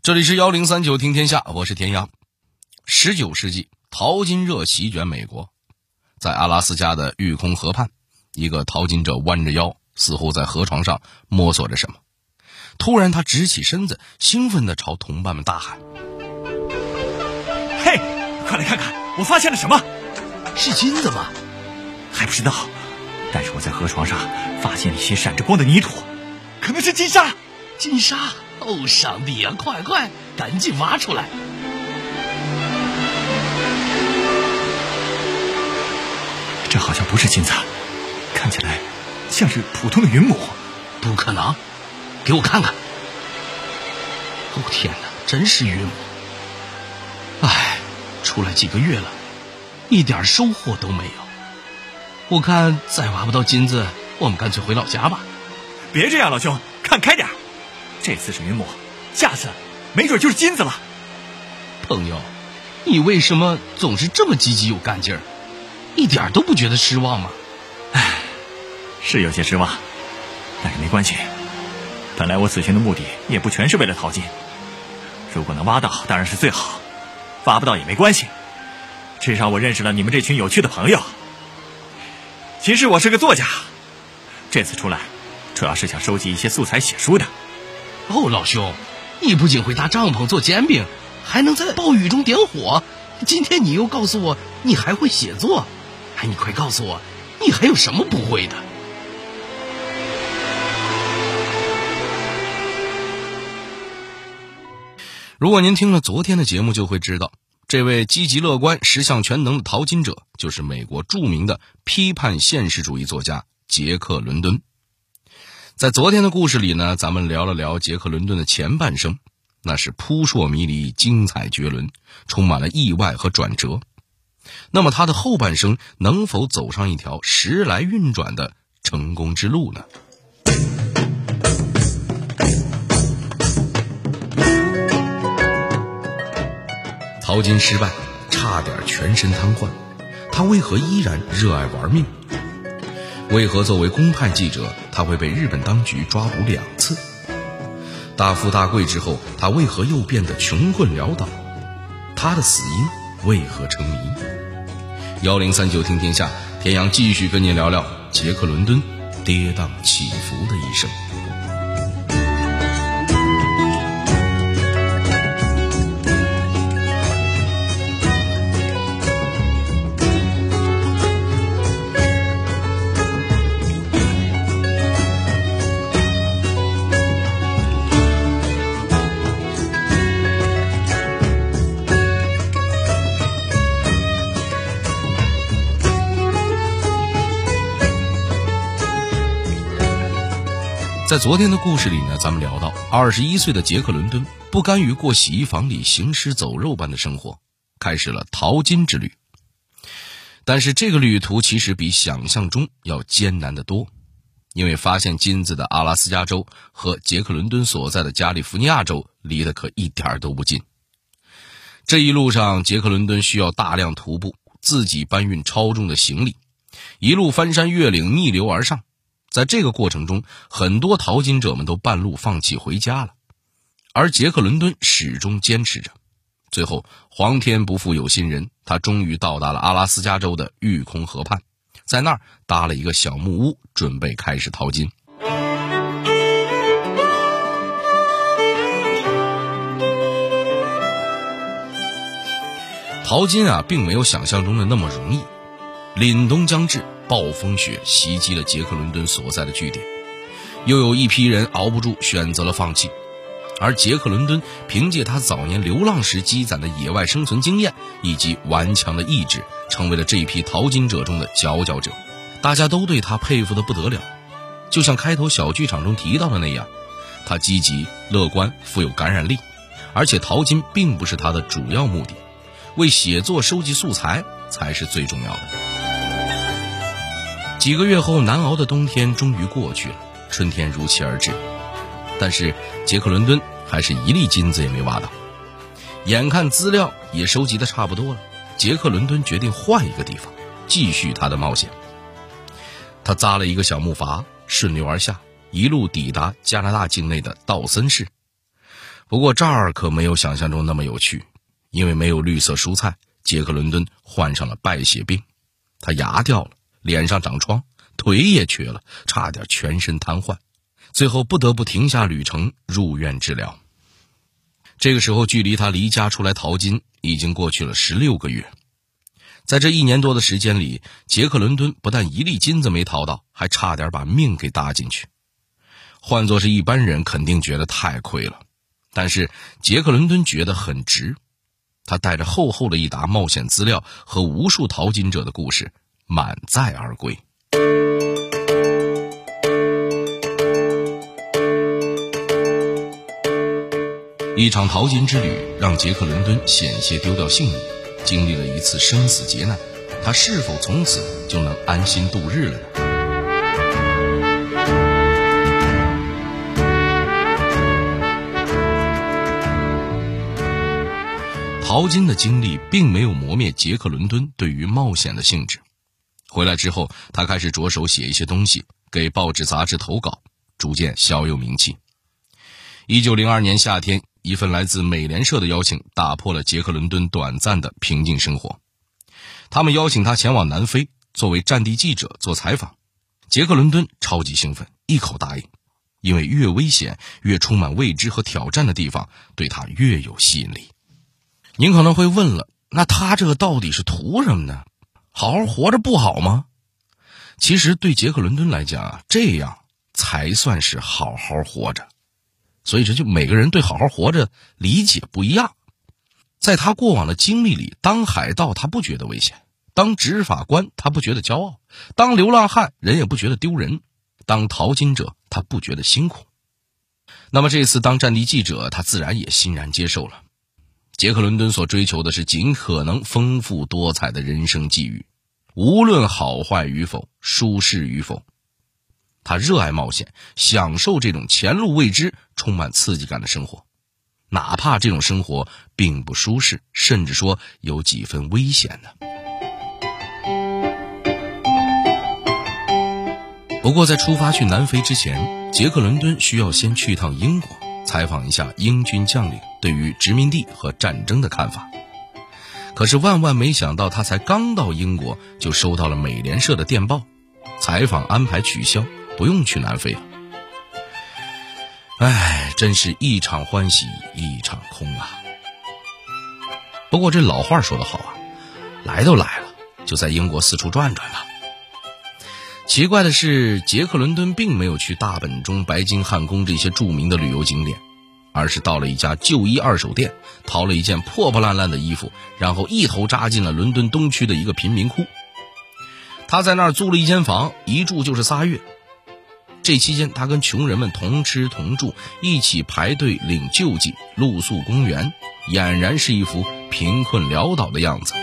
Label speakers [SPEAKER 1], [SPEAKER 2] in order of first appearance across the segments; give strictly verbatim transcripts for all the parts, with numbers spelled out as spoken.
[SPEAKER 1] 这里是一零三九听天下，我是田阳。十九世纪，淘金热席卷美国，在阿拉斯加的育空河畔，一个淘金者弯着腰，似乎在河床上摸索着什么。突然他直起身子，兴奋地朝同伴们大喊：
[SPEAKER 2] 嘿，快来看看我发现了什么！
[SPEAKER 3] 是金子吗？
[SPEAKER 2] 还不知道，但是我在河床上发现了一些闪着光的泥土，可能是金沙。
[SPEAKER 3] 金沙！哦，上帝啊，快快赶紧挖出来！
[SPEAKER 2] 这好像不是金子，看起来像是普通的云母。
[SPEAKER 3] 不可能，给我看看。哦天哪，真是云母！唉，出来几个月了，一点收获都没有。我看再挖不到金子，我们干脆回老家吧。
[SPEAKER 2] 别这样，老兄，看开点。这次是云母，下次没准就是金子了。
[SPEAKER 3] 朋友，你为什么总是这么积极有干劲儿，一点都不觉得失望吗？
[SPEAKER 2] 唉，是有些失望，但是没关系。本来我此行的目的也不全是为了淘金，如果能挖到当然是最好，挖不到也没关系，至少我认识了你们这群有趣的朋友。其实我是个作家，这次出来主要是想收集一些素材写书的。
[SPEAKER 3] 哦，老兄，你不仅会搭帐篷做煎饼，还能在暴雨中点火，今天你又告诉我你还会写作，哎，你快告诉我，你还有什么不会的？
[SPEAKER 1] 如果您听了昨天的节目，就会知道这位积极乐观、十项全能的淘金者，就是美国著名的批判现实主义作家杰克·伦敦。在昨天的故事里呢，咱们聊了聊杰克·伦敦的前半生，那是扑朔迷离、精彩绝伦，充满了意外和转折。那么他的后半生能否走上一条时来运转的成功之路呢？淘金失败，差点全身瘫痪，他为何依然热爱玩命？为何作为公派记者，他会被日本当局抓捕两次？大富大贵之后，他为何又变得穷困潦倒？他的死因为何成谜？一零三九听天下，田阳继续跟您聊聊杰克·伦敦跌宕起伏的一生。在昨天的故事里呢，咱们聊到二十一岁的杰克·伦敦不甘于过洗衣房里行尸走肉般的生活，开始了淘金之旅。但是这个旅途其实比想象中要艰难得多，因为发现金子的阿拉斯加州和杰克·伦敦所在的加利福尼亚州离得可一点都不近。这一路上，杰克·伦敦需要大量徒步，自己搬运超重的行李，一路翻山越岭，逆流而上。在这个过程中，很多淘金者们都半路放弃回家了，而杰克·伦敦始终坚持着。最后，皇天不负有心人，他终于到达了阿拉斯加州的育空河畔，在那儿搭了一个小木屋，准备开始淘金。淘金啊，并没有想象中的那么容易。凛冬将至，暴风雪袭击了杰克·伦敦所在的据点，又有一批人熬不住，选择了放弃。而杰克·伦敦凭借他早年流浪时积攒的野外生存经验以及顽强的意志，成为了这一批淘金者中的佼佼者，大家都对他佩服得不得了。就像开头小剧场中提到的那样，他积极乐观，富有感染力，而且淘金并不是他的主要目的，为写作收集素材才是最重要的。几个月后，难熬的冬天终于过去了，春天如期而至。但是杰克·伦敦还是一粒金子也没挖到。眼看资料也收集得差不多了，杰克·伦敦决定换一个地方，继续他的冒险。他扎了一个小木筏，顺流而下，一路抵达加拿大境内的道森市。 不过这儿可没有想象中那么有趣，因为没有绿色蔬菜，杰克伦敦患上了败血病，他牙掉了，脸上长疮，腿也瘸了，差点全身瘫痪，最后不得不停下旅程入院治疗。这个时候距离他离家出来淘金已经过去了十六个月。在这一年多的时间里，杰克伦敦不但一粒金子没淘到，还差点把命给搭进去。换作是一般人肯定觉得太亏了，但是杰克伦敦觉得很值。他带着厚厚的一沓冒险资料和无数淘金者的故事满载而归。一场淘金之旅让杰克伦敦险些丢掉性命，经历了一次生死劫难，他是否从此就能安心度日了呢？淘金的经历并没有磨灭杰克伦敦对于冒险的兴致。回来之后，他开始着手写一些东西，给报纸杂志投稿，逐渐小有名气。一九零二年夏天，一份来自美联社的邀请打破了杰克伦敦短暂的平静生活。他们邀请他前往南非，作为战地记者做采访。杰克伦敦超级兴奋，一口答应，因为越危险、越充满未知和挑战的地方，对他越有吸引力。您可能会问了，那他这个到底是图什么呢？好好活着不好吗？其实对杰克伦敦来讲啊，这样才算是好好活着。所以这就每个人对好好活着理解不一样。在他过往的经历里，当海盗他不觉得危险，当执法官他不觉得骄傲，当流浪汉人也不觉得丢人，当淘金者他不觉得辛苦。那么这次当战地记者，他自然也欣然接受了。杰克伦敦所追求的是尽可能丰富多彩的人生际遇，无论好坏与否，舒适与否。他热爱冒险，享受这种前路未知、充满刺激感的生活，哪怕这种生活并不舒适，甚至说有几分危险呢。不过在出发去南非之前，杰克伦敦需要先去趟英国，采访一下英军将领对于殖民地和战争的看法。可是万万没想到，他才刚到英国，就收到了美联社的电报，采访安排取消，不用去南非了。唉，真是一场欢喜一场空啊。不过这老话说得好啊，来都来了，就在英国四处转转吧。奇怪的是，杰克伦敦并没有去大本钟、白金汉宫这些著名的旅游景点，而是到了一家旧衣二手店，淘了一件破破烂烂的衣服，然后一头扎进了伦敦东区的一个贫民窟。他在那儿租了一间房，一住就是仨月。这期间他跟穷人们同吃同住，一起排队领救济，露宿公园，俨然是一副贫困潦倒的样子。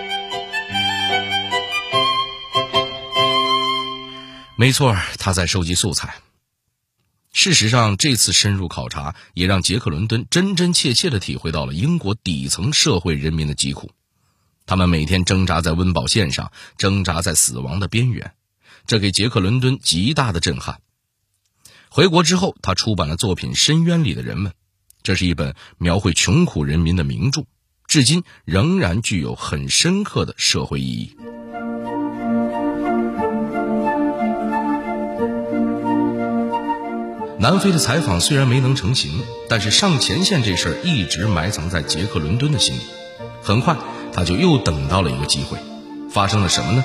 [SPEAKER 1] 没错，他在收集素材。事实上，这次深入考察也让杰克伦敦真真切切地体会到了英国底层社会人民的疾苦。他们每天挣扎在温饱线上，挣扎在死亡的边缘，这给杰克伦敦极大的震撼。回国之后，他出版了作品《深渊里的人们》，这是一本描绘穷苦人民的名著，至今仍然具有很深刻的社会意义。南非的采访虽然没能成型，但是上前线这事儿一直埋藏在杰克伦敦的心里。很快他就又等到了一个机会。发生了什么呢？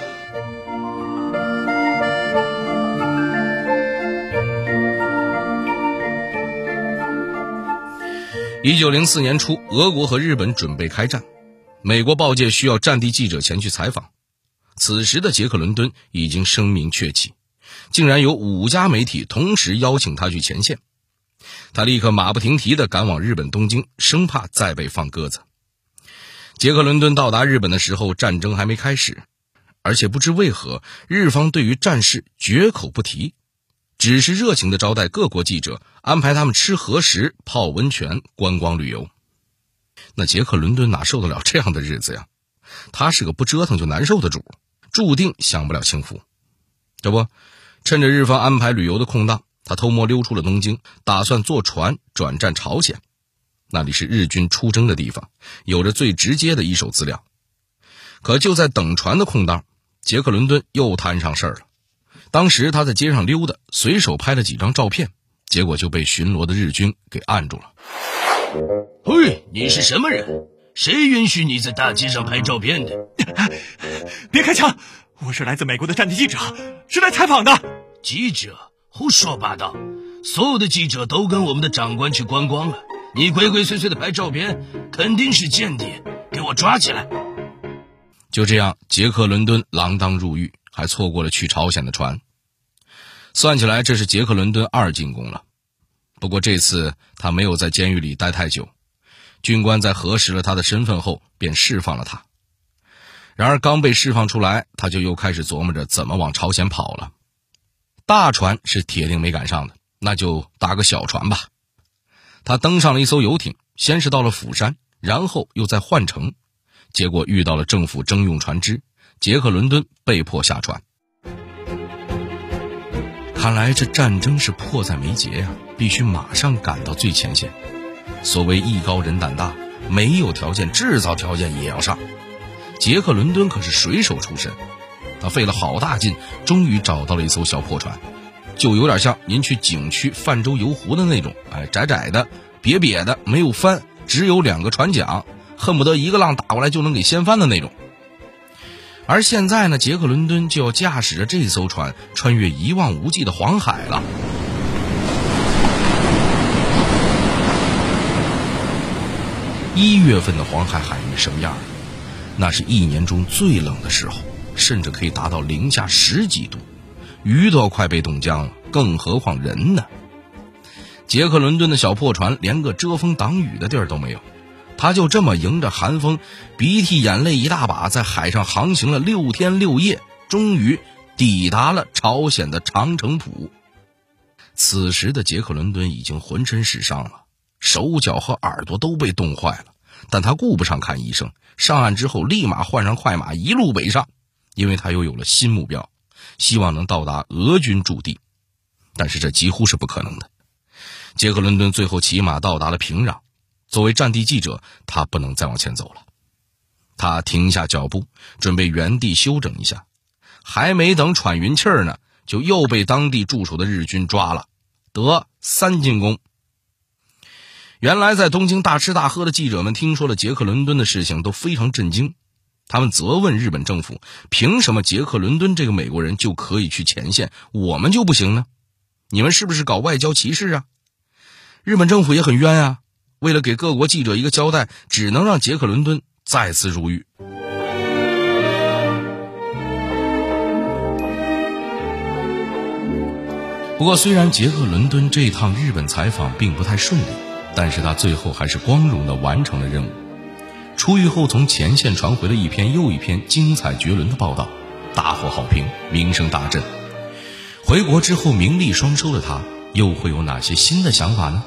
[SPEAKER 1] 一九零四年初，俄国和日本准备开战，美国报界需要战地记者前去采访。此时的杰克伦敦已经声名鹊起，竟然有五家媒体同时邀请他去前线。他立刻马不停蹄地赶往日本东京，生怕再被放鸽子。杰克伦敦到达日本的时候，战争还没开始，而且不知为何，日方对于战事绝口不提，只是热情地招待各国记者，安排他们吃和食、泡温泉、观光旅游。那杰克伦敦哪受得了这样的日子呀？他是个不折腾就难受的主，注定享不了清福。这不，趁着日方安排旅游的空档，他偷摸溜出了东京，打算坐船转战朝鲜。 那里是日军出征的地方，有着最直接的一手资料。可就在等船的空档，杰克伦敦又摊上事儿了。当时他在街上溜达，随手拍了几张照片，结果就被巡逻的日军给按住了。
[SPEAKER 3] 嘿，你是什么人？谁允许你在大街上拍照片的？
[SPEAKER 2] 别开枪！我是来自美国的战地记者，是来采访的。
[SPEAKER 3] 记者？胡说八道！所有的记者都跟我们的长官去观光了，你鬼鬼祟祟的拍照片，肯定是间谍，给我抓起来！
[SPEAKER 1] 就这样，杰克伦敦锒铛入狱，还错过了去朝鲜的船。算起来，这是杰克伦敦二进宫了。不过这次他没有在监狱里待太久，军官在核实了他的身份后便释放了他。然而刚被释放出来，他就又开始琢磨着怎么往朝鲜跑了。大船是铁定没赶上的，那就搭个小船吧。他登上了一艘游艇，先是到了釜山，然后又在换乘，结果遇到了政府征用船只，杰克伦敦被迫下船。看来这战争是迫在眉睫呀、啊，必须马上赶到最前线。所谓艺高人胆大，没有条件制造条件也要上。杰克伦敦可是水手出身，他费了好大劲，终于找到了一艘小破船，就有点像您去景区泛舟游湖的那种，哎，窄窄的，瘪瘪的，没有帆，只有两个船桨，恨不得一个浪打过来就能给掀翻的那种。而现在呢，杰克伦敦就要驾驶着这艘船穿越一望无际的黄海了。一月份的黄海海域什么样？那是一年中最冷的时候，甚至可以达到零下十几度，鱼都要快被冻僵了，更何况人呢？杰克伦敦的小破船连个遮风挡雨的地儿都没有，他就这么迎着寒风，鼻涕眼泪一大把，在海上航行了六天六夜，终于抵达了朝鲜的长城浦。此时的杰克伦敦已经浑身是伤了，手脚和耳朵都被冻坏了，但他顾不上看医生，上岸之后立马换上快马，一路北上，因为他又有了新目标，希望能到达俄军驻地。但是这几乎是不可能的。杰克伦敦最后骑马到达了平壤，作为战地记者，他不能再往前走了。他停下脚步，准备原地休整一下，还没等喘匀气儿呢，就又被当地驻守的日军抓了，得三进宫。原来在东京大吃大喝的记者们听说了杰克伦敦的事情都非常震惊，他们责问日本政府，凭什么杰克伦敦这个美国人就可以去前线，我们就不行呢？你们是不是搞外交歧视啊？日本政府也很冤啊，为了给各国记者一个交代，只能让杰克伦敦再次入狱。不过虽然杰克伦敦这趟日本采访并不太顺利，但是他最后还是光荣地完成了任务。出狱后从前线传回了一篇又一篇精彩绝伦的报道，大获好评，名声大振。回国之后名利双收的他，又会有哪些新的想法呢？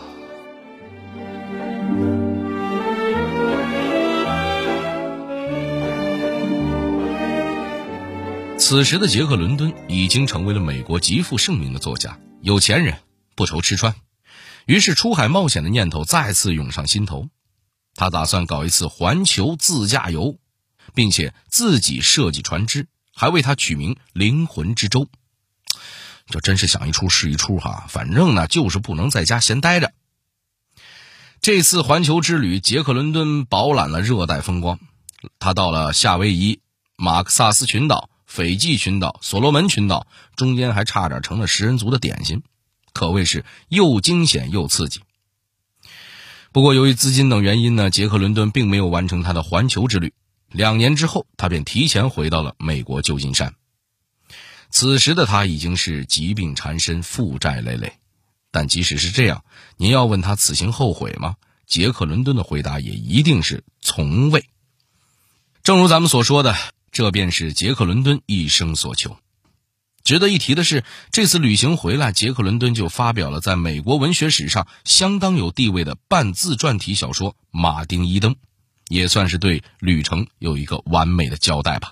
[SPEAKER 1] 此时的杰克伦敦已经成为了美国极负盛名的作家，有钱人，不愁吃穿。于是出海冒险的念头再次涌上心头，他打算搞一次环球自驾游，并且自己设计船只，还为它取名灵魂之舟。这真是想一出是一出哈，反正呢就是不能在家闲待着。这次环球之旅，杰克伦敦饱览了热带风光，他到了夏威夷、马克萨斯群岛、斐济群岛、所罗门群岛，中间还差点成了食人族的点心，可谓是又惊险又刺激。不过由于资金等原因呢，杰克伦敦并没有完成他的环球之旅。两年之后，他便提前回到了美国旧金山。此时的他已经是疾病缠身，负债累累。但即使是这样，您要问他此行后悔吗？杰克伦敦的回答也一定是从未。正如咱们所说的，这便是杰克伦敦一生所求。值得一提的是，这次旅行回来，杰克伦敦就发表了在美国文学史上相当有地位的半自传体小说《马丁·伊登》，也算是对旅程有一个完美的交代吧。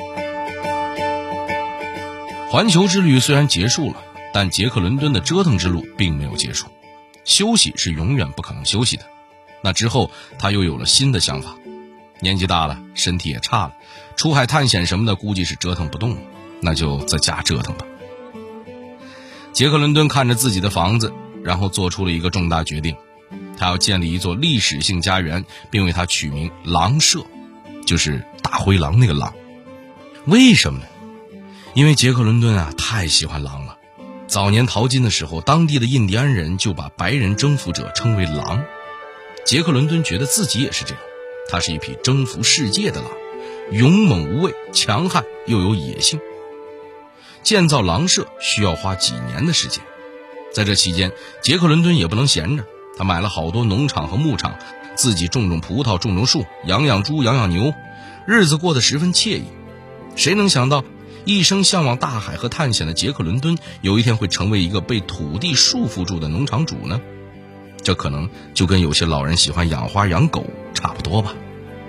[SPEAKER 1] 环球之旅虽然结束了，但杰克伦敦的折腾之路并没有结束。休息是永远不可能休息的。 那之后他又有了新的想法，年纪大了，身体也差了，出海探险什么的估计是折腾不动了，那就在家折腾吧。杰克伦敦看着自己的房子，然后做出了一个重大决定，他要建立一座历史性家园，并为它取名狼舍，就是大灰狼那个狼。为什么呢？因为杰克伦敦啊太喜欢狼了。早年淘金的时候，当地的印第安人就把白人征服者称为狼。杰克伦敦觉得自己也是这样，他是一匹征服世界的狼，勇猛无畏，强悍又有野性。建造狼舍需要花几年的时间，在这期间，杰克伦敦也不能闲着，他买了好多农场和牧场，自己种种葡萄，种种树，养养猪，养养牛，日子过得十分惬意。谁能想到，一生向往大海和探险的杰克伦敦，有一天会成为一个被土地束缚住的农场主呢？这可能就跟有些老人喜欢养花养狗差不多吧。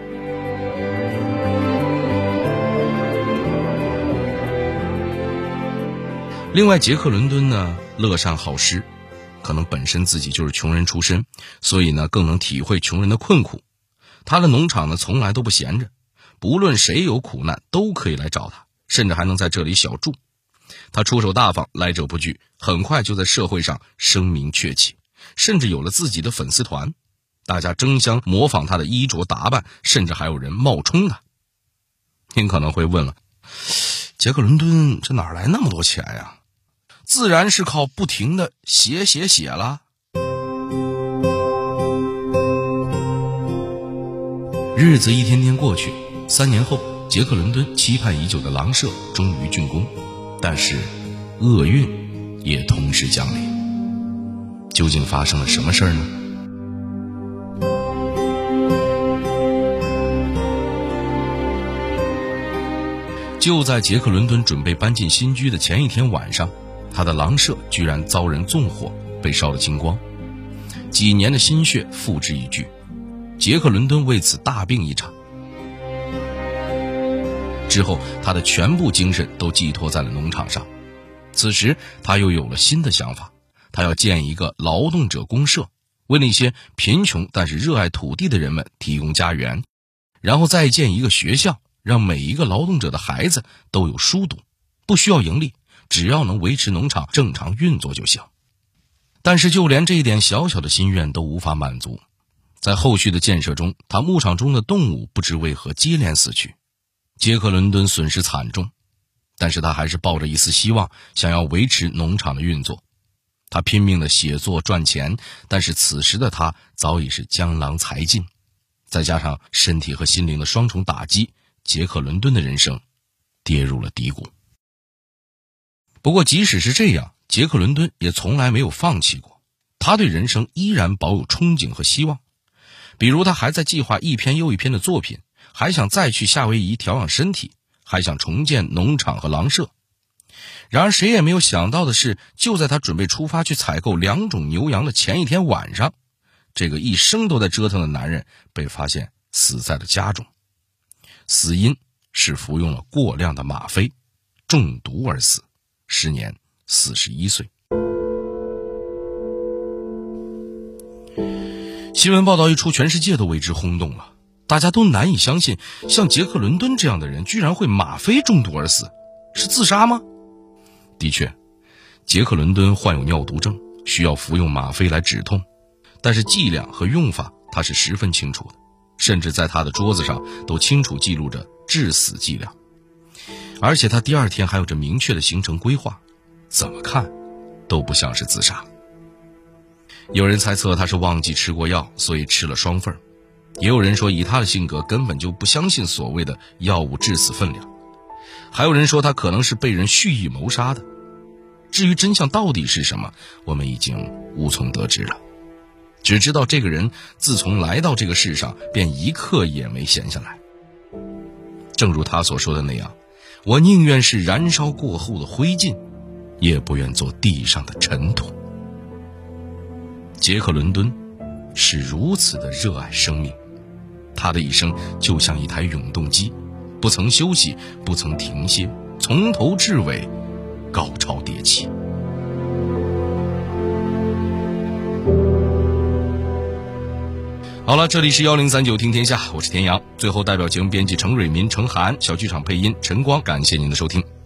[SPEAKER 1] 另外，杰克伦敦呢乐善好施，可能本身自己就是穷人出身，所以呢更能体会穷人的困苦。他的农场呢从来都不闲着，不论谁有苦难都可以来找他，甚至还能在这里小住。他出手大方，来者不拒，很快就在社会上声名鹊起，甚至有了自己的粉丝团，大家争相模仿他的衣着打扮，甚至还有人冒充他。您可能会问了，杰克伦敦这哪来那么多钱呀？自然是靠不停的写写写了。日子一天天过去，三年后，杰克伦敦期盼已久的狼舍终于竣工，但是厄运也同时降临。究竟发生了什么事儿呢？就在杰克伦敦准备搬进新居的前一天晚上，他的狼舍居然遭人纵火，被烧得精光。几年的心血付之一炬，杰克伦敦为此大病一场。之后他的全部精神都寄托在了农场上。此时他又有了新的想法，他要建一个劳动者公社，为那些贫穷但是热爱土地的人们提供家园，然后再建一个学校，让每一个劳动者的孩子都有书读，不需要盈利，只要能维持农场正常运作就行。但是就连这一点小小的心愿都无法满足，在后续的建设中，他牧场中的动物不知为何接连死去，杰克伦敦损失惨重，但是他还是抱着一丝希望，想要维持农场的运作。他拼命的写作赚钱，但是此时的他早已是江郎才尽，再加上身体和心灵的双重打击，杰克伦敦的人生跌入了低谷。不过即使是这样，杰克伦敦也从来没有放弃过，他对人生依然保有憧憬和希望。比如他还在计划一篇又一篇的作品，还想再去夏威夷调养身体，还想重建农场和狼舍。然而谁也没有想到的是，就在他准备出发去采购两种牛羊的前一天晚上，这个一生都在折腾的男人被发现死在了家中。死因是服用了过量的吗啡，中毒而死，时年四十一岁。新闻报道一出，全世界都为之轰动了，大家都难以相信，像杰克伦敦这样的人居然会吗啡中毒而死，是自杀吗？的确，杰克伦敦患有尿毒症，需要服用吗啡来止痛，但是剂量和用法他是十分清楚的，甚至在他的桌子上都清楚记录着致死剂量，而且他第二天还有着明确的行程规划，怎么看都不像是自杀。有人猜测他是忘记吃过药，所以吃了双份，也有人说以他的性格根本就不相信所谓的药物致死分量，还有人说他可能是被人蓄意谋杀的。至于真相到底是什么，我们已经无从得知了，只知道这个人自从来到这个世上便一刻也没闲下来。正如他所说的那样，我宁愿是燃烧过后的灰烬，也不愿做地上的尘土。杰克伦敦是如此的热爱生命，他的一生就像一台永动机，不曾休息，不曾停歇，从头至尾高潮迭起。 好了，这里是幺零三九听天下，我是田阳。最后代表节目编辑程蕊民、程涵，小剧场配音陈光，感谢您的收听。